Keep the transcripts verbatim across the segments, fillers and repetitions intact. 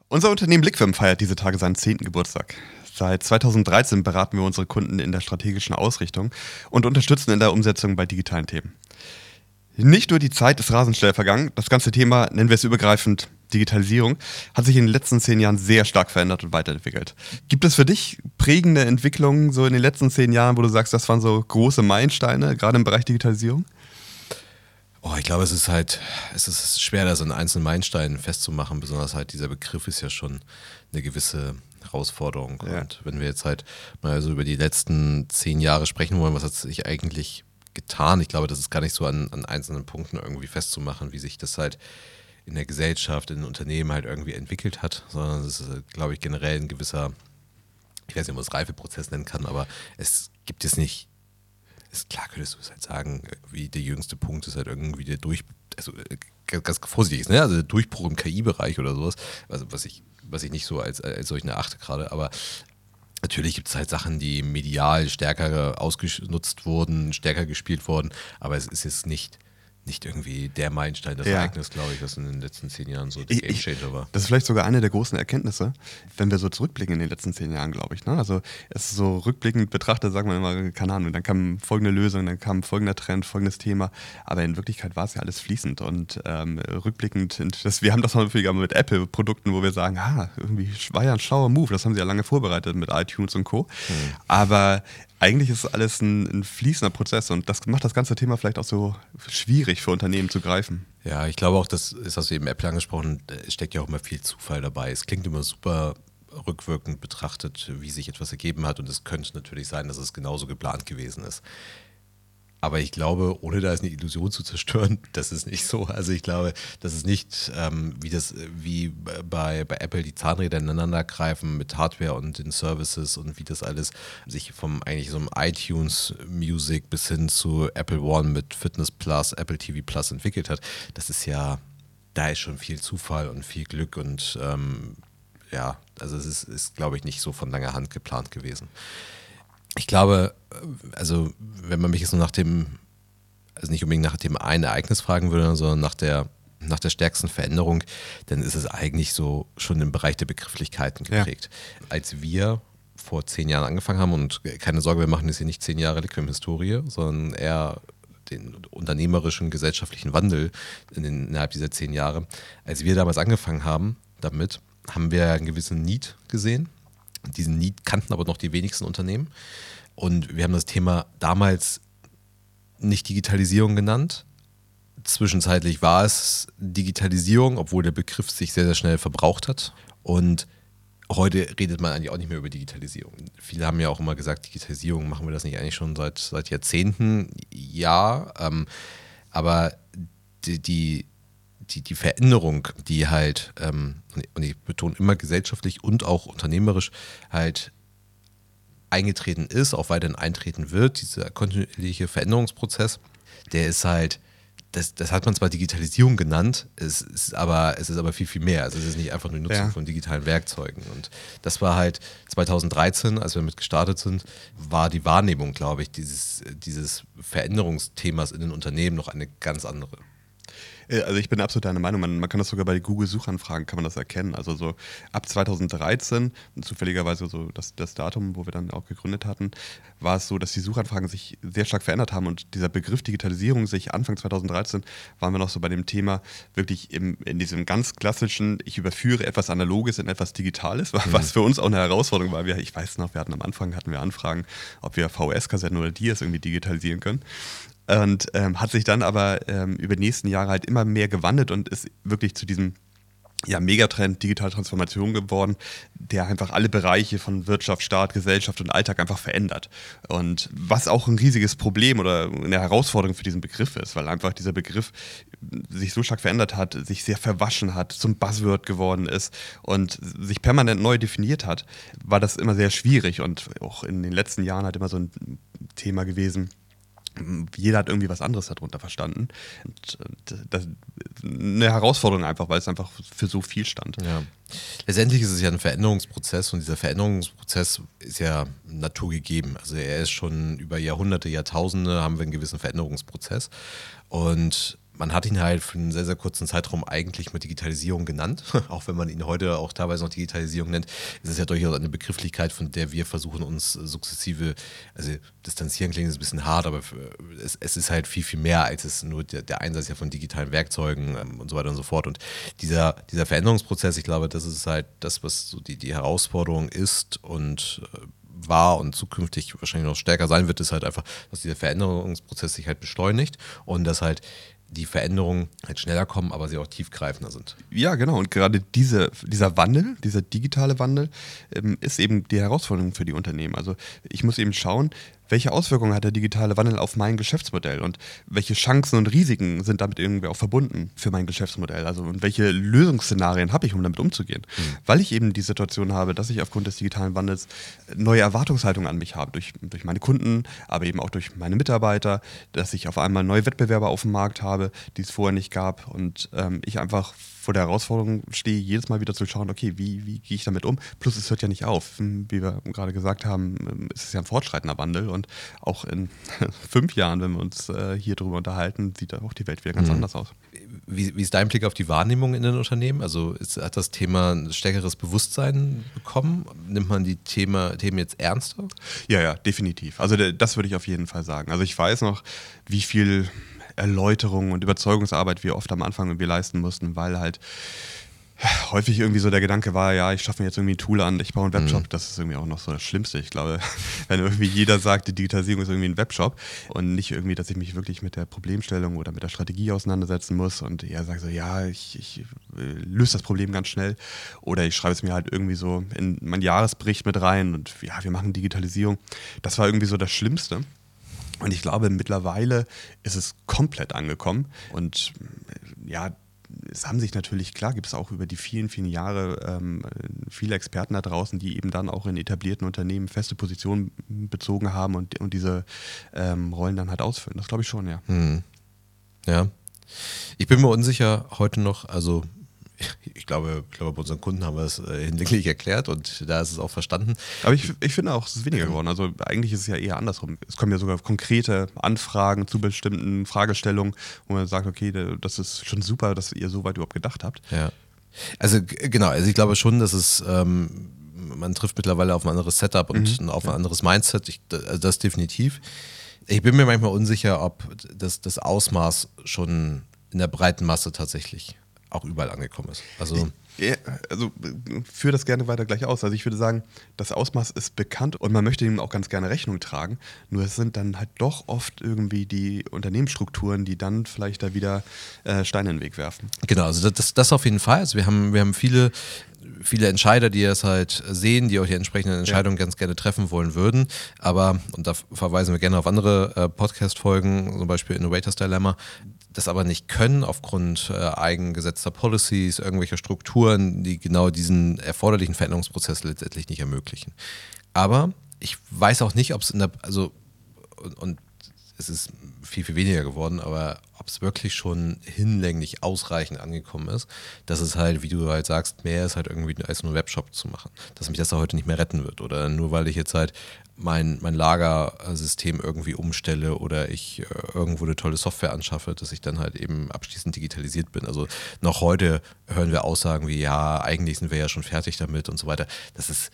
Unser Unternehmen Liqfirm feiert diese Tage seinen zehnten Geburtstag. Seit zweitausenddreizehn beraten wir unsere Kunden in der strategischen Ausrichtung und unterstützen in der Umsetzung bei digitalen Themen. Nicht nur die Zeit ist rasend schnell vergangen, das ganze Thema, nennen wir es übergreifend Digitalisierung, hat sich in den letzten zehn Jahren sehr stark verändert und weiterentwickelt. Gibt es für dich prägende Entwicklungen so in den letzten zehn Jahren, wo du sagst, das waren so große Meilensteine, gerade im Bereich Digitalisierung? Oh, ich glaube, es ist halt, es ist schwer, das an einzelnen Meilensteinen festzumachen, besonders halt dieser Begriff ist ja schon eine gewisse Herausforderung. Ja. Und wenn wir jetzt halt mal so über die letzten zehn Jahre sprechen wollen, was hat sich eigentlich getan? Ich glaube, das ist gar nicht so an, an einzelnen Punkten irgendwie festzumachen, wie sich das halt in der Gesellschaft, in den Unternehmen halt irgendwie entwickelt hat, sondern es ist, glaube ich, generell ein gewisser, ich weiß nicht, ob man es Reifeprozess nennen kann, aber es gibt es nicht. Ist klar, könntest du es halt sagen, wie der jüngste Punkt ist halt irgendwie der Durch, also ganz, ganz vorsichtig ist, ne? Also der Durchbruch im K I-Bereich oder sowas, also was ich, was ich nicht so als, als solchen erachte gerade, aber natürlich gibt es halt Sachen, die medial stärker ausgenutzt wurden, stärker gespielt wurden, aber es ist jetzt nicht nicht irgendwie der Meilenstein, das ja. Ereignis, glaube ich, das in den letzten zehn Jahren so der Gamechanger war. Das ist vielleicht sogar eine der großen Erkenntnisse, wenn wir so zurückblicken in den letzten zehn Jahren, glaube ich. Ne? Also es ist so rückblickend betrachtet, sagen wir immer, keine Ahnung, dann kam folgende Lösung, dann kam folgender Trend, folgendes Thema, aber in Wirklichkeit war es ja alles fließend und ähm, rückblickend, das, wir haben das häufiger mit Apple-Produkten, wo wir sagen, ah, irgendwie war ja ein schlauer Move, das haben sie ja lange vorbereitet mit iTunes und Co. Hm. Aber eigentlich ist alles ein, ein fließender Prozess und das macht das ganze Thema vielleicht auch so schwierig für Unternehmen zu greifen. Ja, ich glaube auch, das ist, hast du eben Apple angesprochen, es steckt ja auch immer viel Zufall dabei. Es klingt immer super rückwirkend betrachtet, wie sich etwas ergeben hat und es könnte natürlich sein, dass es genauso geplant gewesen ist. Aber ich glaube, ohne da jetzt eine Illusion zu zerstören, das ist nicht so. Also ich glaube, das ist nicht ähm, wie das wie bei, bei Apple die Zahnräder ineinander greifen mit Hardware und den Services und wie das alles sich vom eigentlich so einem iTunes Music bis hin zu Apple One mit Fitness Plus, Apple T V Plus entwickelt hat. Das ist ja, da ist schon viel Zufall und viel Glück und ähm, ja, also es ist, ist, glaube ich, nicht so von langer Hand geplant gewesen. Ich glaube, also wenn man mich jetzt nur nach dem, also nicht unbedingt nach dem einen Ereignis fragen würde, sondern nach der, nach der stärksten Veränderung, dann ist es eigentlich so schon im Bereich der Begrifflichkeiten geprägt. Ja. Als wir vor zehn Jahren angefangen haben, und keine Sorge, wir machen jetzt hier nicht zehn Jahre Liqfirm-Historie, sondern eher den unternehmerischen, gesellschaftlichen Wandel in den, innerhalb dieser zehn Jahre. Als wir damals angefangen haben damit, haben wir einen gewissen Need gesehen. Diesen Need kannten aber noch die wenigsten Unternehmen. Und wir haben das Thema damals nicht Digitalisierung genannt. Zwischenzeitlich war es Digitalisierung, obwohl der Begriff sich sehr, sehr schnell verbraucht hat. Und heute redet man eigentlich auch nicht mehr über Digitalisierung. Viele haben ja auch immer gesagt, Digitalisierung, machen wir das nicht eigentlich schon seit, seit Jahrzehnten? Ja, ähm, aber die, die Die, die Veränderung, die halt, ähm, und ich betone immer gesellschaftlich und auch unternehmerisch halt eingetreten ist, auch weiterhin eintreten wird, dieser kontinuierliche Veränderungsprozess, der ist halt, das, das hat man zwar Digitalisierung genannt, es ist aber, es ist aber viel, viel mehr. Also es ist nicht einfach nur die Nutzung ja. von digitalen Werkzeugen. Und das war halt zweitausenddreizehn, als wir damit gestartet sind, war die Wahrnehmung, glaube ich, dieses, dieses Veränderungsthemas in den Unternehmen noch eine ganz andere. Also ich bin absolut deiner Meinung, man, man kann das sogar bei Google-Suchanfragen kann man das erkennen. Also so ab zweitausenddreizehn, zufälligerweise so das, das Datum, wo wir dann auch gegründet hatten, war es so, dass die Suchanfragen sich sehr stark verändert haben und dieser Begriff Digitalisierung sich Anfang zweitausenddreizehn waren wir noch so bei dem Thema wirklich im, in diesem ganz klassischen, ich überführe etwas Analoges in etwas Digitales, mhm. was für uns auch eine Herausforderung war. Wir, ich weiß noch, wir hatten am Anfang hatten wir Anfragen, ob wir V H S-Kassetten oder D I S irgendwie digitalisieren können. Und ähm, hat sich dann aber ähm, über die nächsten Jahre halt immer mehr gewandelt und ist wirklich zu diesem ja, Megatrend digitale Transformation geworden, der einfach alle Bereiche von Wirtschaft, Staat, Gesellschaft und Alltag einfach verändert. Und was auch ein riesiges Problem oder eine Herausforderung für diesen Begriff ist, weil einfach dieser Begriff sich so stark verändert hat, sich sehr verwaschen hat, zum Buzzword geworden ist und sich permanent neu definiert hat, war das immer sehr schwierig und auch in den letzten Jahren halt immer so ein Thema gewesen. Jeder hat irgendwie was anderes darunter verstanden. Und das ist eine Herausforderung einfach, weil es einfach für so viel stand. Ja. Letztendlich ist es ja ein Veränderungsprozess und dieser Veränderungsprozess ist ja naturgegeben. Also er ist schon über Jahrhunderte, Jahrtausende haben wir einen gewissen Veränderungsprozess und man hat ihn halt für einen sehr, sehr kurzen Zeitraum eigentlich mit Digitalisierung genannt, auch wenn man ihn heute auch teilweise noch Digitalisierung nennt. Es ist ja durchaus eine Begrifflichkeit, von der wir versuchen, uns sukzessive, also distanzieren klingt jetzt ein bisschen hart, aber es, es ist halt viel, viel mehr als es nur der, der Einsatz ja von digitalen Werkzeugen ähm, und so weiter und so fort. Und dieser, dieser Veränderungsprozess, ich glaube, das ist halt das, was so die, die Herausforderung ist und äh, war und zukünftig wahrscheinlich noch stärker sein wird, ist halt einfach, dass dieser Veränderungsprozess sich halt beschleunigt und dass halt die Veränderungen halt schneller kommen, aber sie auch tiefgreifender sind. Ja, genau. Und gerade diese, dieser Wandel, dieser digitale Wandel, ähm, ist eben die Herausforderung für die Unternehmen. Also ich muss eben schauen, welche Auswirkungen hat der digitale Wandel auf mein Geschäftsmodell und welche Chancen und Risiken sind damit irgendwie auch verbunden für mein Geschäftsmodell? Also und welche Lösungsszenarien habe ich, um damit umzugehen? Mhm. Weil ich eben die Situation habe, dass ich aufgrund des digitalen Wandels neue Erwartungshaltungen an mich habe, durch, durch meine Kunden, aber eben auch durch meine Mitarbeiter, dass ich auf einmal neue Wettbewerber auf dem Markt habe, die es vorher nicht gab und ähm, ich einfach vor der Herausforderung stehe, jedes Mal wieder zu schauen, okay, wie, wie gehe ich damit um? Plus es hört ja nicht auf. Wie wir gerade gesagt haben, ist es ja ein fortschreitender Wandel und auch in fünf Jahren, wenn wir uns äh, hier drüber unterhalten, sieht auch die Welt wieder ganz mhm. anders aus. Wie, wie ist dein Blick auf die Wahrnehmung in den Unternehmen? Also ist, hat das Thema ein stärkeres Bewusstsein bekommen? Nimmt man die Thema, Themen jetzt ernster? Ja, ja, definitiv. Also das würde ich auf jeden Fall sagen. Also ich weiß noch, wie viel Erläuterung und Überzeugungsarbeit wir oft am Anfang irgendwie leisten mussten, weil halt häufig irgendwie so der Gedanke war, ja, ich schaffe mir jetzt irgendwie ein Tool an, ich baue einen Webshop. Mhm. Das ist irgendwie auch noch so das Schlimmste. Ich glaube, wenn irgendwie jeder sagt, die Digitalisierung ist irgendwie ein Webshop und nicht irgendwie, dass ich mich wirklich mit der Problemstellung oder mit der Strategie auseinandersetzen muss und eher sage so, ja, ich, ich löse das Problem ganz schnell oder ich schreibe es mir halt irgendwie so in meinen Jahresbericht mit rein und ja, wir machen Digitalisierung. Das war irgendwie so das Schlimmste. Und ich glaube, mittlerweile ist es komplett angekommen. Und ja, es haben sich natürlich, klar, gibt es auch über die vielen, vielen Jahre ähm, viele Experten da draußen, die eben dann auch in etablierten Unternehmen feste Positionen bezogen haben und, und diese ähm, Rollen dann halt ausfüllen. Das glaube ich schon, ja. Hm. Ja. Ich bin mir unsicher heute noch, also ich glaube, ich glaube, bei unseren Kunden haben wir es äh, hinlänglich erklärt und da ist es auch verstanden. Aber ich, ich finde auch, es ist weniger geworden. Also eigentlich ist es ja eher andersrum. Es kommen ja sogar konkrete Anfragen zu bestimmten Fragestellungen, wo man sagt, okay, das ist schon super, dass ihr so weit überhaupt gedacht habt. Ja. Also genau, also ich glaube schon, dass es, ähm, man trifft mittlerweile auf ein anderes Setup und mhm. auf ein anderes Mindset. Ich, also das definitiv. Ich bin mir manchmal unsicher, ob das, das Ausmaß schon in der breiten Masse tatsächlich auch überall angekommen ist. Also, ja, also führe das gerne weiter gleich aus. Also ich würde sagen, das Ausmaß ist bekannt und man möchte ihm auch ganz gerne Rechnung tragen. Nur es sind dann halt doch oft irgendwie die Unternehmensstrukturen, die dann vielleicht da wieder äh, Steine in den Weg werfen. Genau, also das, das auf jeden Fall. Also wir haben, wir haben viele, viele Entscheider, die das halt sehen, die auch die entsprechenden Entscheidungen ja. ganz gerne treffen wollen würden. Aber, und da verweisen wir gerne auf andere äh, Podcast-Folgen, zum Beispiel Innovators Dilemma, das aber nicht können aufgrund äh, eigengesetzter Policies, irgendwelcher Strukturen, die genau diesen erforderlichen Veränderungsprozess letztendlich nicht ermöglichen. Aber ich weiß auch nicht, ob es in der, also und, und es ist viel, viel weniger geworden, aber ob es wirklich schon hinlänglich ausreichend angekommen ist, dass es halt, wie du halt sagst, mehr ist halt irgendwie als nur Webshop zu machen. Dass mich das da heute nicht mehr retten wird oder nur weil ich jetzt halt mein, mein Lagersystem irgendwie umstelle oder ich äh, irgendwo eine tolle Software anschaffe, dass ich dann halt eben abschließend digitalisiert bin. Also noch heute hören wir Aussagen wie, ja, eigentlich sind wir ja schon fertig damit und so weiter. Das ist,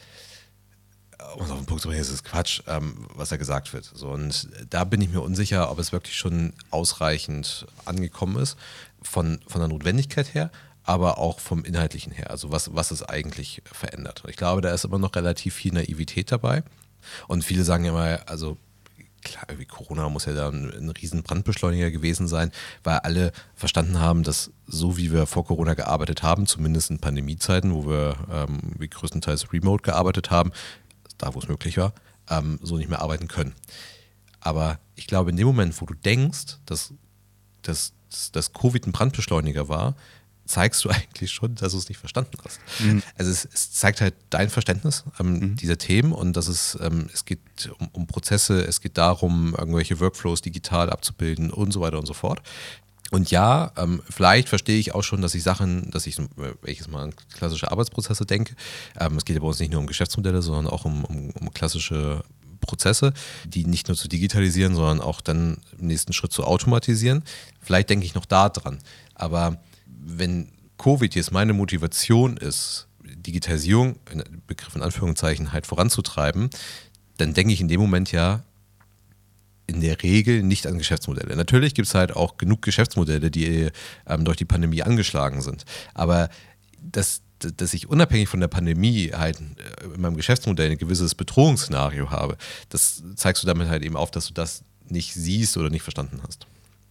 um auf den Punkt zu bringen, das ist Quatsch, ähm, was da gesagt wird. So, und da bin ich mir unsicher, ob es wirklich schon ausreichend angekommen ist, von, von der Notwendigkeit her, aber auch vom Inhaltlichen her. Also was, was es eigentlich verändert. Und ich glaube, da ist immer noch relativ viel Naivität dabei. Und viele sagen ja immer, also klar, wie Corona muss ja da ein, ein riesen Brandbeschleuniger gewesen sein, weil alle verstanden haben, dass so wie wir vor Corona gearbeitet haben, zumindest in Pandemiezeiten, wo wir ähm, wie größtenteils remote gearbeitet haben, da wo es möglich war, ähm, so nicht mehr arbeiten können. Aber ich glaube, in dem Moment, wo du denkst, dass, dass, dass Covid ein Brandbeschleuniger war, zeigst du eigentlich schon, dass du es nicht verstanden hast. Mhm. Also es, es zeigt halt dein Verständnis ähm, mhm. dieser Themen und dass es, ähm, es geht um, um Prozesse, es geht darum, irgendwelche Workflows digital abzubilden und so weiter und so fort. Und ja, ähm, vielleicht verstehe ich auch schon, dass ich Sachen, dass ich, wenn ich jetzt mal an klassische Arbeitsprozesse denke, ähm, es geht ja bei uns nicht nur um Geschäftsmodelle, sondern auch um, um, um klassische Prozesse, die nicht nur zu digitalisieren, sondern auch dann im nächsten Schritt zu automatisieren. Vielleicht denke ich noch da dran. Aber wenn Covid jetzt meine Motivation ist, Digitalisierung, Begriff in Anführungszeichen, halt voranzutreiben, dann denke ich in dem Moment ja in der Regel nicht an Geschäftsmodelle. Natürlich gibt es halt auch genug Geschäftsmodelle, die ähm, durch die Pandemie angeschlagen sind. Aber dass, dass ich unabhängig von der Pandemie halt in meinem Geschäftsmodell ein gewisses Bedrohungsszenario habe, das zeigst du damit halt eben auf, dass du das nicht siehst oder nicht verstanden hast.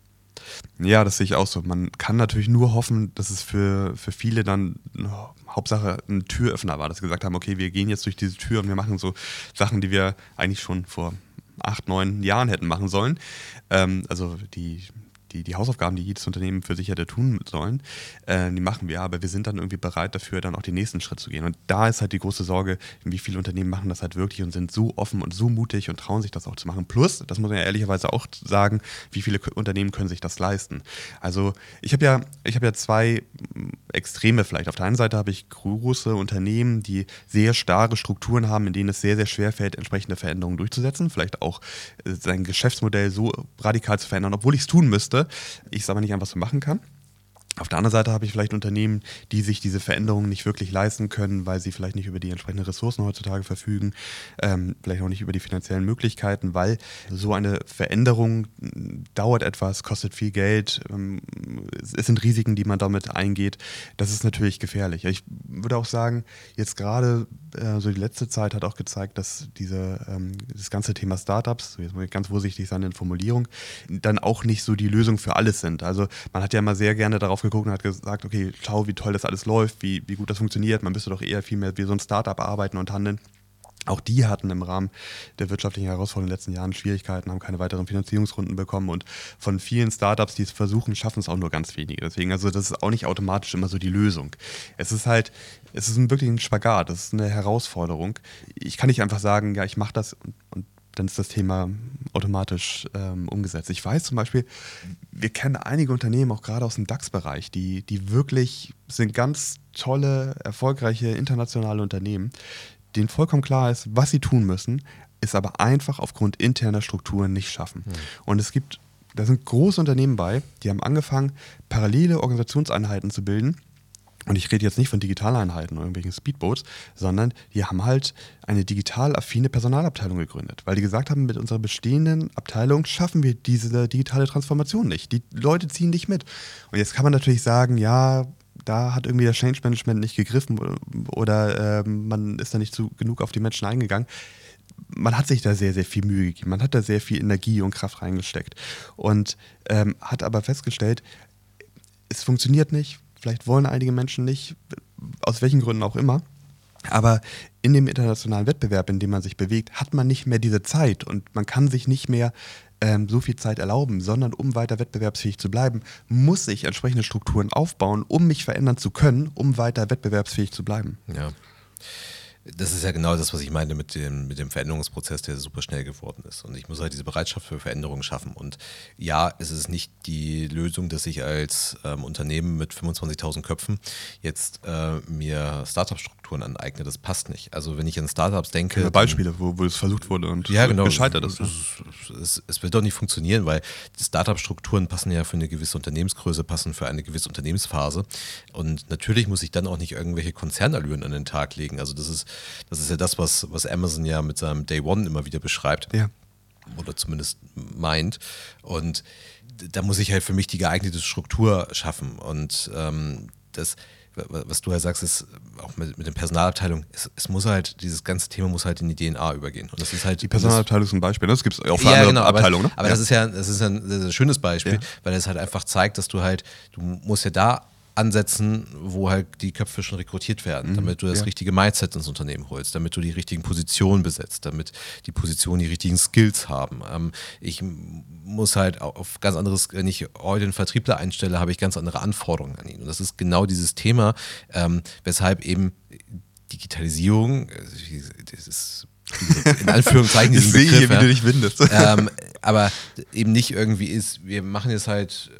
Ja, das sehe ich auch so. Man kann natürlich nur hoffen, dass es für, für viele dann oh, Hauptsache ein Türöffner war, dass sie gesagt haben, okay, wir gehen jetzt durch diese Tür und wir machen so Sachen, die wir eigentlich schon vor acht, neun Jahren hätten machen sollen. Ähm, also die, die, die Hausaufgaben, die jedes Unternehmen für sich hätte tun sollen, äh, die machen wir, aber wir sind dann irgendwie bereit dafür, dann auch den nächsten Schritt zu gehen. Und da ist halt die große Sorge, wie viele Unternehmen machen das halt wirklich und sind so offen und so mutig und trauen sich das auch zu machen. Plus, das muss man ja ehrlicherweise auch sagen, wie viele Unternehmen können sich das leisten. Also ich habe ja, ich habe ja zwei Extreme vielleicht. Auf der einen Seite habe ich große Unternehmen, die sehr starre Strukturen haben, in denen es sehr, sehr schwer fällt, entsprechende Veränderungen durchzusetzen. Vielleicht auch äh, sein Geschäftsmodell so radikal zu verändern, obwohl ich es tun müsste. Ich es aber nicht einfach so machen kann. Auf der anderen Seite habe ich vielleicht Unternehmen, die sich diese Veränderungen nicht wirklich leisten können, weil sie vielleicht nicht über die entsprechenden Ressourcen heutzutage verfügen, ähm, vielleicht auch nicht über die finanziellen Möglichkeiten, weil so eine Veränderung dauert etwas, kostet viel Geld, ähm, es sind Risiken, die man damit eingeht. Das ist natürlich gefährlich. Ich würde auch sagen, jetzt gerade äh, so die letzte Zeit hat auch gezeigt, dass diese, ähm, das ganze Thema Startups, so jetzt muss ich ganz vorsichtig sein in Formulierung, dann auch nicht so die Lösung für alles sind. Also man hat ja immer sehr gerne darauf geguckt und hat gesagt, okay, schau, wie toll das alles läuft, wie, wie gut das funktioniert, man müsste doch eher viel mehr wie so ein Startup arbeiten und handeln. Auch die hatten im Rahmen der wirtschaftlichen Herausforderungen in den letzten Jahren Schwierigkeiten, haben keine weiteren Finanzierungsrunden bekommen und von vielen Startups, die es versuchen, schaffen es auch nur ganz wenige. Deswegen, also das ist auch nicht automatisch immer so die Lösung. Es ist halt, es ist ein, wirklich ein Spagat, das ist eine Herausforderung. Ich kann nicht einfach sagen, ja, ich mache das und, und dann ist das Thema automatisch ähm, umgesetzt. Ich weiß zum Beispiel, wir kennen einige Unternehmen, auch gerade aus dem DAX-Bereich, die, die wirklich sind ganz tolle, erfolgreiche internationale Unternehmen, denen vollkommen klar ist, was sie tun müssen, es aber einfach aufgrund interner Strukturen nicht schaffen. Mhm. Und es gibt, da sind große Unternehmen bei, die haben angefangen, parallele Organisationseinheiten zu bilden. Und ich rede jetzt nicht von Digitaleinheiten oder irgendwelchen Speedboats, sondern die haben halt eine digital affine Personalabteilung gegründet, weil die gesagt haben, mit unserer bestehenden Abteilung schaffen wir diese digitale Transformation nicht. Die Leute ziehen nicht mit. Und jetzt kann man natürlich sagen, ja, da hat irgendwie das Change Management nicht gegriffen oder äh, man ist da nicht so genug auf die Menschen eingegangen. Man hat sich da sehr, sehr viel Mühe gegeben. Man hat da sehr viel Energie und Kraft reingesteckt und ähm, hat aber festgestellt, es funktioniert nicht. Vielleicht wollen einige Menschen nicht, aus welchen Gründen auch immer. Aber in dem internationalen Wettbewerb, in dem man sich bewegt, hat man nicht mehr diese Zeit und man kann sich nicht mehr ähm, so viel Zeit erlauben, sondern um weiter wettbewerbsfähig zu bleiben, muss ich entsprechende Strukturen aufbauen, um mich verändern zu können, um weiter wettbewerbsfähig zu bleiben. Ja. Das ist ja genau das, was ich meine mit dem, mit dem Veränderungsprozess, der super schnell geworden ist. Und ich muss halt diese Bereitschaft für Veränderungen schaffen. Und ja, es ist nicht die Lösung, dass ich als ähm, Unternehmen mit fünfundzwanzigtausend Köpfen jetzt äh, mir Startup-Strukturen aneigne. Das passt nicht. Also wenn ich an Startups denke... Ja, Beispiele, wo, wo es versucht wurde und ja, genau, gescheitert ist. Es, es, es wird doch nicht funktionieren, weil die Startup-Strukturen passen ja für eine gewisse Unternehmensgröße, passen für eine gewisse Unternehmensphase. Und natürlich muss ich dann auch nicht irgendwelche Konzernallüren an den Tag legen. Also das ist Das ist ja das, was, was Amazon ja mit seinem Day One immer wieder beschreibt. Ja. Oder zumindest meint. Und da muss ich halt für mich die geeignete Struktur schaffen. Und ähm, das, was du ja sagst, ist auch mit, mit der Personalabteilung, es, es muss halt, dieses ganze Thema muss halt in die D N A übergehen. Und das ist halt. Die Personalabteilung ist ein Beispiel, das gibt es auch für ja, andere genau, Abteilungen. Aber, ne? aber ja. das ist ja, das ist ein sehr, sehr schönes Beispiel, ja. Weil es halt einfach zeigt, dass du halt, du musst ja da ansetzen, wo halt die Köpfe schon rekrutiert werden, mhm, damit du das ja. richtige Mindset ins Unternehmen holst, damit du die richtigen Positionen besetzt, damit die Positionen die richtigen Skills haben. Ähm, ich muss halt auf ganz anderes, wenn ich heute einen Vertriebler einstelle, habe ich ganz andere Anforderungen an ihn. Und das ist genau dieses Thema, ähm, weshalb eben Digitalisierung, das ist in Anführungszeichen diesen Begriff, ich sehe hier, wie du dich windest. ähm, aber eben nicht irgendwie ist, wir machen jetzt halt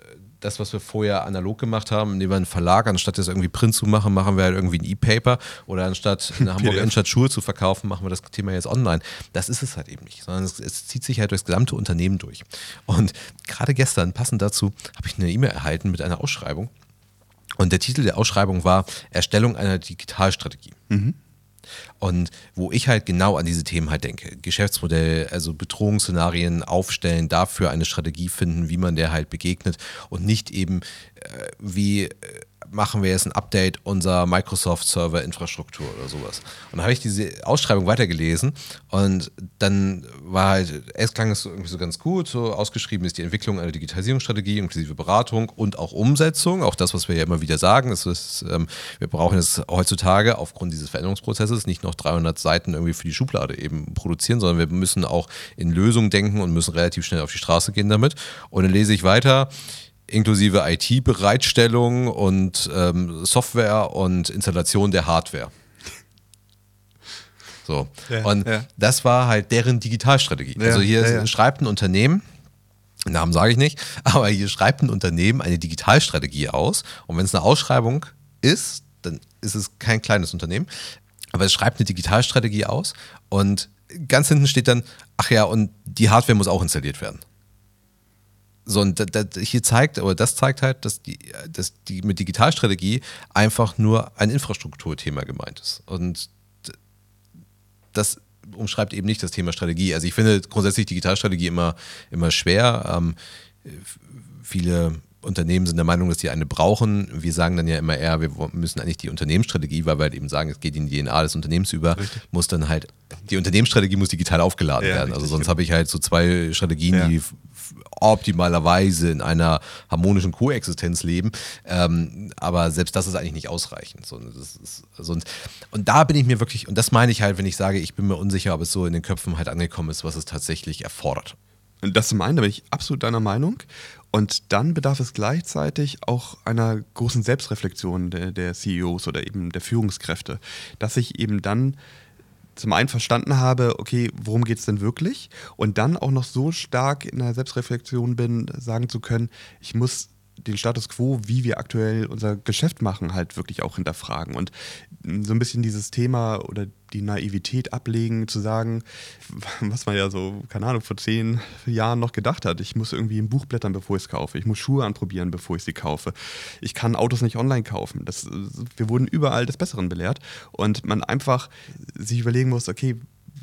das, was wir vorher analog gemacht haben, nehmen wir einen Verlag, anstatt jetzt irgendwie Print zu machen, machen wir halt irgendwie ein E-Paper oder anstatt in Hamburg Innenstadt Schuhe zu verkaufen, machen wir das Thema jetzt online. Das ist es halt eben nicht, sondern es, es zieht sich halt durchs gesamte Unternehmen durch. Und gerade gestern, passend dazu, habe ich eine E-Mail erhalten mit einer Ausschreibung und der Titel der Ausschreibung war Erstellung einer Digitalstrategie. Mhm. Und wo ich halt genau an diese Themen halt denke, Geschäftsmodell, also Bedrohungsszenarien aufstellen, dafür eine Strategie finden, wie man der halt begegnet und nicht eben äh, wie äh, machen wir jetzt ein Update unserer Microsoft-Server-Infrastruktur oder sowas. Und da habe ich diese Ausschreibung weitergelesen und dann war halt, erst klang es irgendwie so ganz gut, so ausgeschrieben ist die Entwicklung einer Digitalisierungsstrategie inklusive Beratung und auch Umsetzung, auch das, was wir ja immer wieder sagen, ist, ist, ähm, wir brauchen es heutzutage aufgrund dieses Veränderungsprozesses nicht noch dreihundert Seiten irgendwie für die Schublade eben produzieren, sondern wir müssen auch in Lösungen denken und müssen relativ schnell auf die Straße gehen damit. Und dann lese ich weiter, inklusive I T-Bereitstellung und ähm, Software und Installation der Hardware. So. Ja, und ja. das war halt deren Digitalstrategie. Ja, also hier ja, ja. schreibt ein Unternehmen, Namen sage ich nicht, aber hier schreibt ein Unternehmen eine Digitalstrategie aus und wenn es eine Ausschreibung ist, dann ist es kein kleines Unternehmen, aber es schreibt eine Digitalstrategie aus und ganz hinten steht dann, ach ja, und die Hardware muss auch installiert werden. So, und das, das hier zeigt, oder das zeigt halt, dass die, dass die mit Digitalstrategie einfach nur ein Infrastrukturthema gemeint ist. Und das umschreibt eben nicht das Thema Strategie. Also ich finde grundsätzlich Digitalstrategie immer, immer schwer. Ähm, viele Unternehmen sind der Meinung, dass sie eine brauchen. Wir sagen dann ja immer eher, wir müssen eigentlich die Unternehmensstrategie, weil wir halt eben sagen, es geht in die D N A des Unternehmens über, richtig. muss dann halt, die Unternehmensstrategie muss digital aufgeladen ja, werden. Richtig, also sonst genau. habe ich halt so zwei Strategien, ja. die optimalerweise in einer harmonischen Koexistenz leben. Ähm, aber selbst das ist eigentlich nicht ausreichend. So, das ist, also und, und da bin ich mir wirklich, und das meine ich halt, wenn ich sage, ich bin mir unsicher, ob es so in den Köpfen halt angekommen ist, was es tatsächlich erfordert. Und das zum einen, da bin ich absolut deiner Meinung. Und dann bedarf es gleichzeitig auch einer großen Selbstreflexion der, der C E Os oder eben der Führungskräfte, dass ich eben dann zum einen verstanden habe, okay, worum geht es denn wirklich? Und dann auch noch so stark in der Selbstreflexion bin, sagen zu können, ich muss den Status quo, wie wir aktuell unser Geschäft machen, halt wirklich auch hinterfragen. Und so ein bisschen dieses Thema oder die Naivität ablegen, zu sagen, was man ja so, keine Ahnung, vor zehn Jahren noch gedacht hat. Ich muss irgendwie ein Buch blättern, bevor ich es kaufe. Ich muss Schuhe anprobieren, bevor ich sie kaufe. Ich kann Autos nicht online kaufen. Das, wir wurden überall des Besseren belehrt. Und man einfach sich überlegen muss, okay,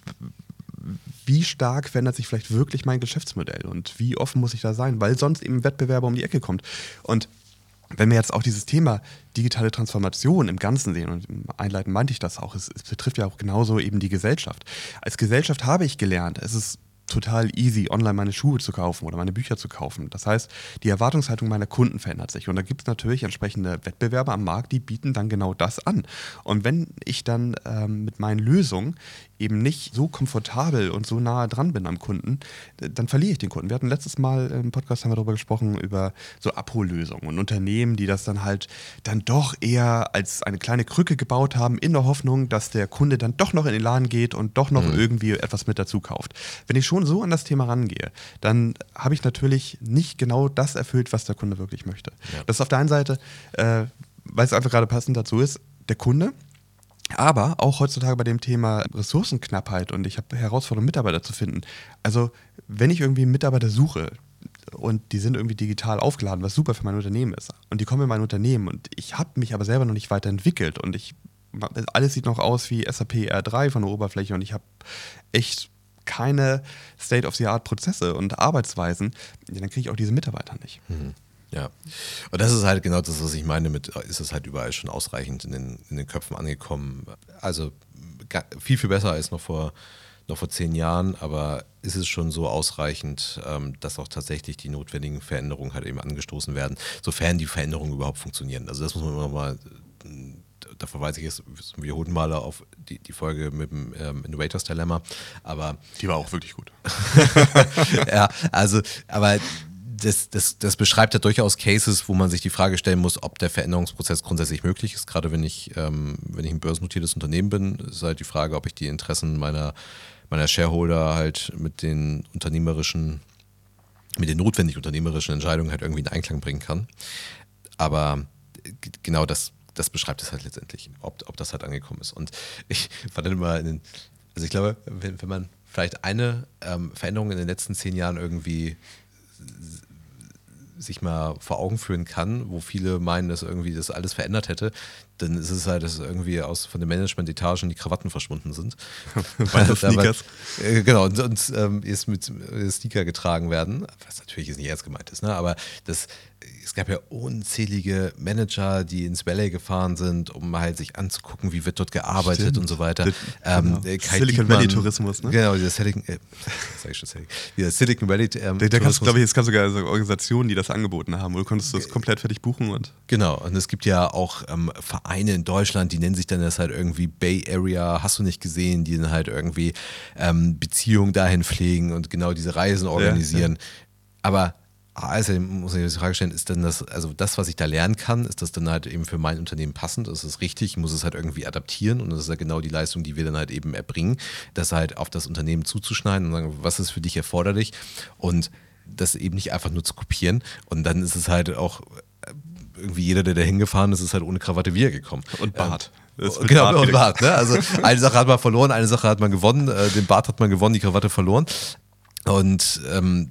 wie stark verändert sich vielleicht wirklich mein Geschäftsmodell und wie offen muss ich da sein, weil sonst eben ein Wettbewerber um die Ecke kommt. Und wenn wir jetzt auch dieses Thema digitale Transformation im Ganzen sehen, und im Einleiten meinte ich das auch, es, es betrifft ja auch genauso eben die Gesellschaft. Als Gesellschaft habe ich gelernt, es ist total easy, online meine Schuhe zu kaufen oder meine Bücher zu kaufen. Das heißt, die Erwartungshaltung meiner Kunden verändert sich. Und da gibt es natürlich entsprechende Wettbewerber am Markt, die bieten dann genau das an. Und wenn ich dann ähm, mit meinen Lösungen eben nicht so komfortabel und so nahe dran bin am Kunden, dann verliere ich den Kunden. Wir hatten letztes Mal im Podcast, haben wir darüber gesprochen, über so Abhollösungen und Unternehmen, die das dann halt dann doch eher als eine kleine Krücke gebaut haben, in der Hoffnung, dass der Kunde dann doch noch in den Laden geht und doch noch mhm. irgendwie etwas mit dazu kauft. Wenn ich schon so an das Thema rangehe, dann habe ich natürlich nicht genau das erfüllt, was der Kunde wirklich möchte. Ja. Das ist auf der einen Seite, äh, weil es einfach gerade passend dazu ist, der Kunde. Aber auch heutzutage bei dem Thema Ressourcenknappheit und ich habe Herausforderungen, Mitarbeiter zu finden. Also wenn ich irgendwie Mitarbeiter suche und die sind irgendwie digital aufgeladen, was super für mein Unternehmen ist, und die kommen in mein Unternehmen und ich habe mich aber selber noch nicht weiterentwickelt und ich alles sieht noch aus wie S A P R drei von der Oberfläche und ich habe echt keine State-of-the-Art-Prozesse und Arbeitsweisen, dann kriege ich auch diese Mitarbeiter nicht. Mhm. Ja, und das ist halt genau das, was ich meine mit, ist es halt überall schon ausreichend in den, in den Köpfen angekommen. Also viel, viel besser als noch vor, noch vor zehn Jahren, aber ist es schon so ausreichend, dass auch tatsächlich die notwendigen Veränderungen halt eben angestoßen werden, sofern die Veränderungen überhaupt funktionieren. Also das muss man immer mal, da verweise ich jetzt, wir wiederholten mal auf die, die Folge mit dem ähm, Innovators Dilemma, aber... Die war auch wirklich gut. Ja, also, aber... Das, das, das beschreibt ja durchaus Cases, wo man sich die Frage stellen muss, ob der Veränderungsprozess grundsätzlich möglich ist. Gerade wenn ich, ähm, wenn ich ein börsennotiertes Unternehmen bin, ist halt die Frage, ob ich die Interessen meiner, meiner Shareholder halt mit den unternehmerischen mit den notwendigen unternehmerischen Entscheidungen halt irgendwie in Einklang bringen kann. Aber g- genau das, das beschreibt es halt letztendlich, ob, ob das halt angekommen ist. Und ich war dann immer in den, also ich glaube, wenn, wenn man vielleicht eine ähm, Veränderung in den letzten zehn Jahren irgendwie sich mal vor Augen führen kann, wo viele meinen, dass irgendwie das alles verändert hätte, dann ist es halt, dass irgendwie aus von den Management-Etagen die Krawatten verschwunden sind. Weil Sneakers. Äh, genau, und, und ähm, jetzt mit äh, Sneaker getragen werden, was natürlich jetzt nicht ernst gemeint ist, ne? Aber das, es gab ja unzählige Manager, die ins Valley gefahren sind, um halt sich anzugucken, wie wird dort gearbeitet Stimmt. und so weiter. Das, Ähm, genau. äh, Kai Silicon Diekmann- Valley Tourismus, ne? Genau, dieser Silicon, äh, sag ich schon Silicon, dieser Silicon Valley ähm, Da, da gab es, Tourismus. glaube ich, es gab sogar so Organisationen, die das angeboten haben, wo du konntest das komplett fertig buchen und Genau, und es gibt ja auch ähm, Vereine in Deutschland, die nennen sich dann das halt irgendwie Bay Area, hast du nicht gesehen, die dann halt irgendwie ähm, Beziehungen dahin pflegen und genau diese Reisen organisieren. ja. Aber also muss ich die Frage stellen, ist denn das, also das, was ich da lernen kann, ist das dann halt eben für mein Unternehmen passend? Ist es richtig? Ich muss es halt irgendwie adaptieren und das ist ja genau die Leistung, die wir dann halt eben erbringen, das halt auf das Unternehmen zuzuschneiden und sagen, was ist für dich erforderlich und das eben nicht einfach nur zu kopieren und dann ist es halt auch irgendwie jeder, der da hingefahren ist, ist halt ohne Krawatte wiedergekommen. Und Bart. Ähm, Das wird genau, Bart und direkt. Bart. Ne? Also eine Sache hat man verloren, eine Sache hat man gewonnen, äh, den Bart hat man gewonnen, die Krawatte verloren. Und ähm,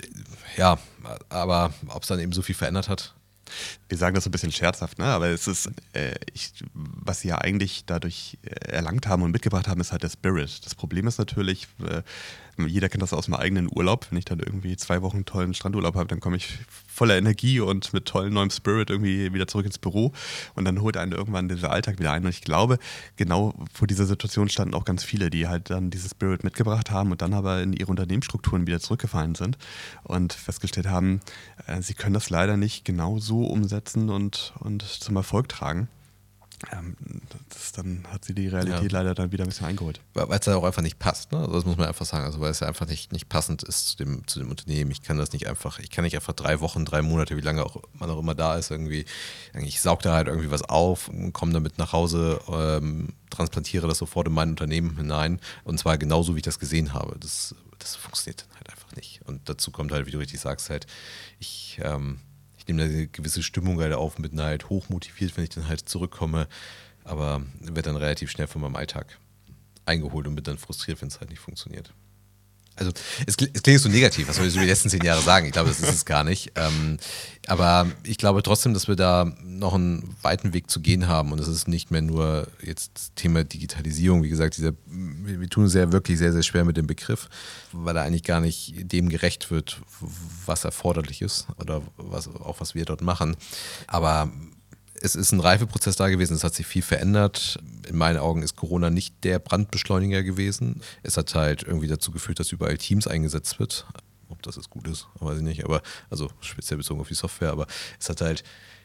ja, aber ob es dann eben so viel verändert hat. Wir sagen das so ein bisschen scherzhaft, ne? Aber es ist, äh, ich, was sie ja eigentlich dadurch äh, erlangt haben und mitgebracht haben, ist halt der Spirit. Das Problem ist natürlich, äh, jeder kennt das aus meinem eigenen Urlaub. Wenn ich dann irgendwie zwei Wochen tollen Strandurlaub habe, dann komme ich voller Energie und mit tollem neuem Spirit irgendwie wieder zurück ins Büro und dann holt einen irgendwann dieser Alltag wieder ein. Und ich glaube, genau vor dieser Situation standen auch ganz viele, die halt dann dieses Spirit mitgebracht haben und dann aber in ihre Unternehmensstrukturen wieder zurückgefallen sind und festgestellt haben, äh, sie können das leider nicht genau so umsetzen und, und zum Erfolg tragen. Ähm, das, dann hat sie die Realität Ja. leider dann wieder ein bisschen eingeholt. Weil es ja auch einfach nicht passt, ne? Also das muss man einfach sagen, also weil es ja einfach nicht, nicht passend ist zu dem, zu dem Unternehmen. Ich kann das nicht einfach, ich kann nicht einfach drei Wochen, drei Monate, wie lange auch man auch immer da ist, irgendwie, ich saug da halt irgendwie was auf, komme damit nach Hause, ähm, transplantiere das sofort in mein Unternehmen hinein und zwar genauso, wie ich das gesehen habe. Das, das funktioniert dann halt einfach nicht. Und dazu kommt halt, wie du richtig sagst, halt, ich, ähm, ich nehme da eine gewisse Stimmung halt auf, bin halt hochmotiviert, wenn ich dann halt zurückkomme, aber werde dann relativ schnell von meinem Alltag eingeholt und bin dann frustriert, wenn es halt nicht funktioniert. Also es, es klingt so negativ, was soll ich so die letzten zehn Jahre sagen? Ich glaube, das ist es gar nicht. Ähm, aber ich glaube trotzdem, dass wir da noch einen weiten Weg zu gehen haben und es ist nicht mehr nur jetzt das Thema Digitalisierung. Wie gesagt, dieser, wir tun es ja wirklich sehr, sehr schwer mit dem Begriff, weil er eigentlich gar nicht dem gerecht wird, was erforderlich ist oder was, auch was wir dort machen. Aber es ist ein Reifeprozess da gewesen, es hat sich viel verändert. In meinen Augen ist Corona nicht der Brandbeschleuniger gewesen. Es hat halt irgendwie dazu geführt, dass überall Teams eingesetzt wird. Ob das jetzt gut ist, weiß ich nicht, aber also speziell bezogen auf die Software, aber es hat halt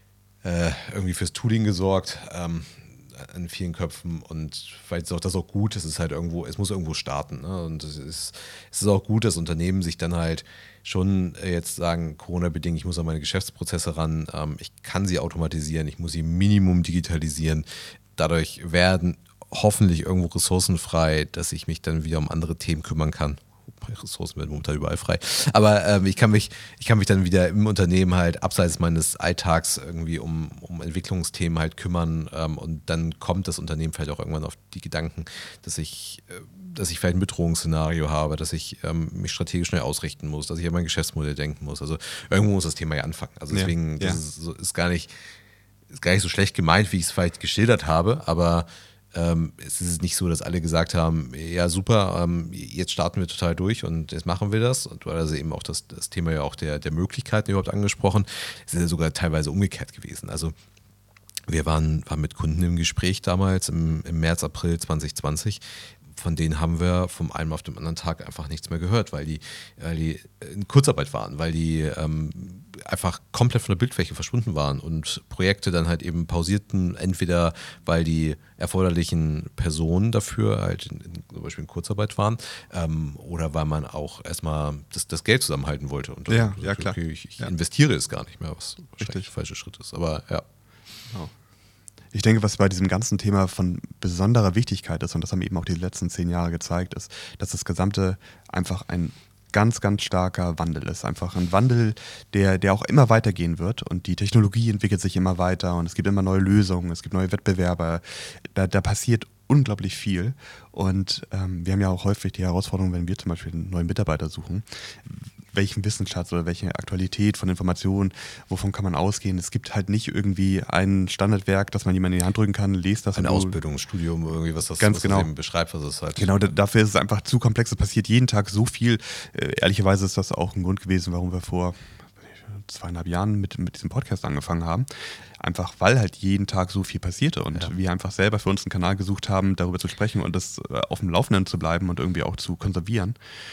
äh, irgendwie fürs Tooling gesorgt ähm, an vielen Köpfen und vielleicht ist auch das auch gut, es ist halt irgendwo, es muss irgendwo starten. Ne? Und es ist, es ist auch gut, dass Unternehmen sich dann halt schon jetzt sagen, Corona-bedingt, ich muss an meine Geschäftsprozesse ran, ähm, ich kann sie automatisieren, ich muss sie Minimum digitalisieren. Dadurch werden hoffentlich irgendwo Ressourcen frei, dass ich mich dann wieder um andere Themen kümmern kann. Ressourcen werden momentan überall frei. Aber ähm, ich kann mich, ich kann mich dann wieder im Unternehmen halt abseits meines Alltags irgendwie um, um Entwicklungsthemen halt kümmern ähm, und dann kommt das Unternehmen vielleicht auch irgendwann auf die Gedanken, dass ich, äh, dass ich vielleicht ein Bedrohungsszenario habe, dass ich ähm, mich strategisch neu ausrichten muss, dass ich an mein Geschäftsmodell denken muss. Also irgendwo muss das Thema ja anfangen. Also deswegen, Ja, ja. das ist, so, ist gar nicht, ist gar nicht so schlecht gemeint, wie ich es vielleicht geschildert habe, aber Ähm, es ist nicht so, dass alle gesagt haben, ja super, ähm, jetzt starten wir total durch und jetzt machen wir das. Und du hast also eben auch das, das Thema ja auch der, der Möglichkeiten überhaupt angesprochen. Es ist ja sogar teilweise umgekehrt gewesen. Also wir waren, waren mit Kunden im Gespräch damals im, im März, April zwanzig zwanzig. Von denen haben wir vom einen auf den anderen Tag einfach nichts mehr gehört, weil die, weil die in Kurzarbeit waren, weil die ähm, einfach komplett von der Bildfläche verschwunden waren und Projekte dann halt eben pausierten, entweder weil die erforderlichen Personen dafür halt in, in, zum Beispiel in Kurzarbeit waren ähm, oder weil man auch erstmal das, das Geld zusammenhalten wollte. Und dann Ja, gesagt, ja, klar. Okay, ich, ich Ja. investiere es gar nicht mehr, was wahrscheinlich Richtig. der falsche Schritt ist. Aber ja. Genau. Ich denke, was bei diesem ganzen Thema von besonderer Wichtigkeit ist, und das haben eben auch die letzten zehn Jahre gezeigt, ist, dass das Gesamte einfach ein ganz, ganz starker Wandel ist. Einfach ein Wandel, der, der auch immer weitergehen wird und die Technologie entwickelt sich immer weiter und es gibt immer neue Lösungen, es gibt neue Wettbewerber. Da, da passiert unglaublich viel und ähm, wir haben ja auch häufig die Herausforderung, wenn wir zum Beispiel einen neuen Mitarbeiter suchen, welchen Wissensschatz oder welche Aktualität von Informationen, wovon kann man ausgehen. Es gibt halt nicht irgendwie ein Standardwerk, das man jemandem in die Hand drücken kann, lest das. Eine und Ausbildung, ein Studium, irgendwie was das, ganz was genau. das eben beschreibt, was es halt. Genau, d- dafür ist es einfach zu komplex. Es passiert jeden Tag so viel. Äh, ehrlicherweise ist das auch ein Grund gewesen, warum wir vor zweieinhalb Jahren mit, mit diesem Podcast angefangen haben. Einfach, weil halt jeden Tag so viel passierte und Ja. wir einfach selber für uns einen Kanal gesucht haben, darüber zu sprechen und das äh, auf dem Laufenden zu bleiben und irgendwie auch zu konservieren.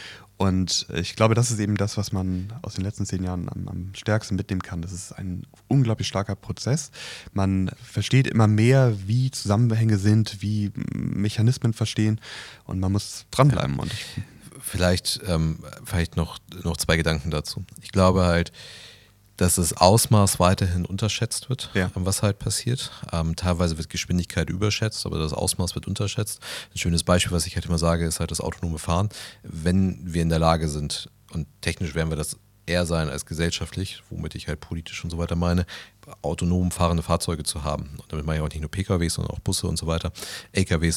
Und ich glaube, das ist eben das, was man aus den letzten zehn Jahren am, am stärksten mitnehmen kann. Das ist ein unglaublich starker Prozess. Man versteht immer mehr, wie Zusammenhänge sind, wie Mechanismen verstehen und man muss dranbleiben. Und ich, Vielleicht, ähm, vielleicht noch, noch zwei Gedanken dazu. Ich glaube halt, dass das Ausmaß weiterhin unterschätzt wird, Ja. was halt passiert. Ähm, teilweise wird Geschwindigkeit überschätzt, aber das Ausmaß wird unterschätzt. Ein schönes Beispiel, was ich halt immer sage, ist halt das autonome Fahren. Wenn wir in der Lage sind, und technisch werden wir das eher sein als gesellschaftlich, womit ich halt politisch und so weiter meine, autonom fahrende Fahrzeuge zu haben. Und damit meine ich auch nicht nur P K Ws, sondern auch Busse und so weiter, L K Ws.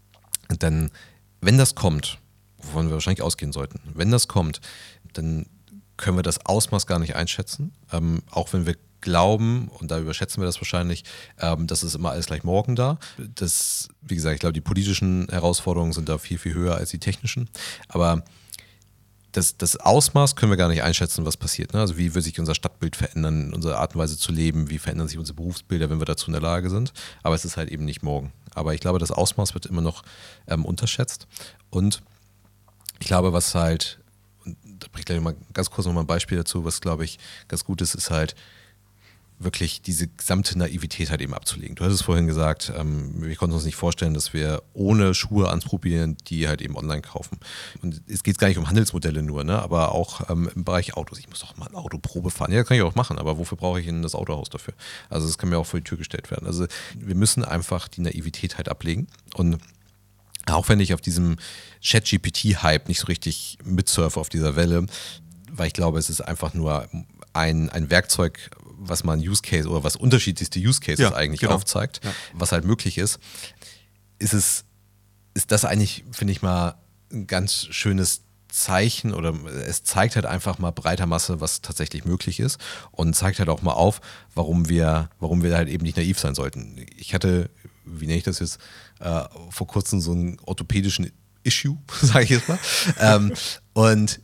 Denn wenn das kommt, wovon wir wahrscheinlich ausgehen sollten, wenn das kommt, dann können wir das Ausmaß gar nicht einschätzen, ähm, auch wenn wir glauben, und da überschätzen wir das wahrscheinlich, ähm, das ist immer alles gleich morgen da. Das, wie gesagt, ich glaube, die politischen Herausforderungen sind da viel, viel höher als die technischen, aber das, das Ausmaß können wir gar nicht einschätzen, was passiert. Ne? Also wie wird sich unser Stadtbild verändern, unsere Art und Weise zu leben, wie verändern sich unsere Berufsbilder, wenn wir dazu in der Lage sind, aber es ist halt eben nicht morgen. Aber ich glaube, das Ausmaß wird immer noch ähm, unterschätzt und ich glaube, was halt, und da bringe ich gleich mal ganz kurz noch mal ein Beispiel dazu, was glaube ich ganz gut ist, ist halt wirklich diese gesamte Naivität halt eben abzulegen. Du hast es vorhin gesagt, ähm, wir konnten uns nicht vorstellen, dass wir ohne Schuhe anprobieren, die halt eben online kaufen. Und es geht gar nicht um Handelsmodelle nur, ne? Aber auch ähm, im Bereich Autos. Ich muss doch mal ein Auto Probe fahren. Ja, das kann ich auch machen, aber wofür brauche ich denn das Autohaus dafür? Also das kann mir auch vor die Tür gestellt werden. Also wir müssen einfach die Naivität halt ablegen und auch wenn ich auf diesem ChatGPT-Hype nicht so richtig mitsurfe auf dieser Welle, weil ich glaube, es ist einfach nur ein, ein Werkzeug, was man Use Case oder was unterschiedlichste Use Cases Ja, eigentlich genau. aufzeigt, Ja. was halt möglich ist, ist es, ist das eigentlich, finde ich mal, ein ganz schönes Zeichen oder es zeigt halt einfach mal breiter Masse, was tatsächlich möglich ist und zeigt halt auch mal auf, warum wir, warum wir halt eben nicht naiv sein sollten. Ich hatte, wie nenne ich das jetzt, äh, vor kurzem so einen orthopädischen Issue, sage ich jetzt mal. ähm, und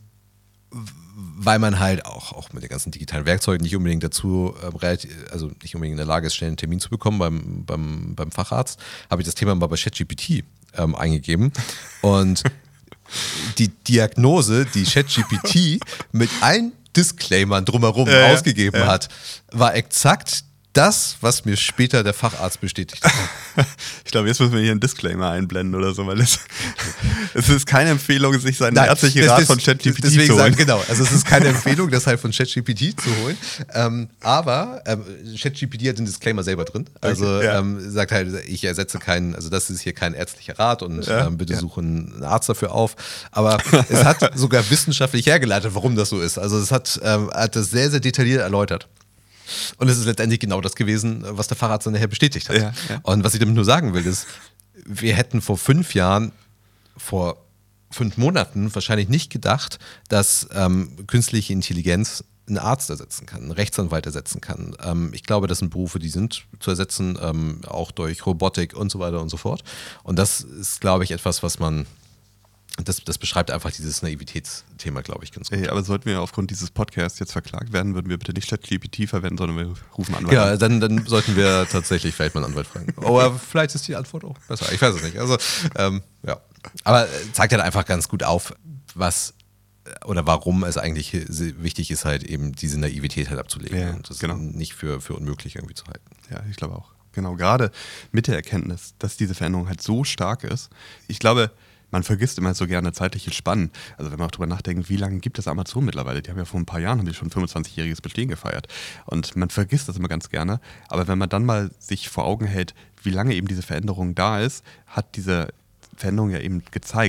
weil man halt auch, auch mit den ganzen digitalen Werkzeugen nicht unbedingt dazu, äh, relativ, also nicht unbedingt in der Lage ist, schnell einen Termin zu bekommen beim, beim, beim Facharzt, habe ich das Thema mal bei ChatGPT ähm, eingegeben und die Diagnose, die ChatGPT mit allen Disclaimern drumherum Ja, ja, ausgegeben ja. hat, war exakt das, was mir später der Facharzt bestätigt hat. ich glaube, jetzt müssen wir hier einen Disclaimer einblenden oder so, weil es, es ist keine Empfehlung, sich seinen ärztlichen das- Rat das- von ChatGPT deswegen zu holen. sagen, genau, also es ist keine Empfehlung, das halt von ChatGPT zu holen, ähm, aber ähm, ChatGPT hat den Disclaimer selber drin, also Okay, ja. ähm, sagt halt, ich ersetze keinen, also das ist hier kein ärztlicher Rat und Ja, ähm, bitte ja. suchen einen Arzt dafür auf, aber es hat sogar wissenschaftlich hergeleitet, warum das so ist, also es hat, ähm, hat das sehr, sehr detailliert erläutert. Und es ist letztendlich genau das gewesen, was der Facharzt dann nachher bestätigt hat. Ja, ja. Und was ich damit nur sagen will, ist, wir hätten vor fünf Jahren, vor fünf Monaten wahrscheinlich nicht gedacht, dass ähm, künstliche Intelligenz einen Arzt ersetzen kann, einen Rechtsanwalt ersetzen kann. Ähm, ich glaube, das sind Berufe, die sind zu ersetzen, ähm, auch durch Robotik und so weiter und so fort. Und das ist, glaube ich, etwas, was man, das, das beschreibt einfach dieses Naivitätsthema, glaube ich, ganz gut. Ey, aber sollten wir aufgrund dieses Podcasts jetzt verklagt werden, würden wir bitte nicht ChatGPT verwenden, sondern wir rufen Anwalt Ja, an. dann, dann sollten wir tatsächlich vielleicht mal einen Anwalt fragen. Aber vielleicht ist die Antwort auch besser. Ich weiß es nicht. Also, ähm, ja. Aber äh, zeigt halt einfach ganz gut auf, was äh, oder warum es eigentlich wichtig ist, halt eben diese Naivität halt abzulegen Ja, und das genau. nicht für, für unmöglich irgendwie zu halten. Ja, ich glaube auch. Genau, gerade mit der Erkenntnis, dass diese Veränderung halt so stark ist. Ich glaube, man vergisst immer so gerne zeitliche Spannen. Also wenn man auch drüber nachdenkt, wie lange gibt es Amazon mittlerweile? Die haben ja vor ein paar Jahren haben die schon fünfundzwanzigjähriges Bestehen gefeiert. Und man vergisst das immer ganz gerne. Aber wenn man dann mal sich vor Augen hält, wie lange eben diese Veränderung da ist, hat diese Veränderung ja eben gezeigt,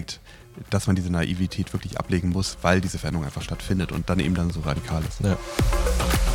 dass man diese Naivität wirklich ablegen muss, weil diese Veränderung einfach stattfindet und dann eben dann so radikal ist. Ja.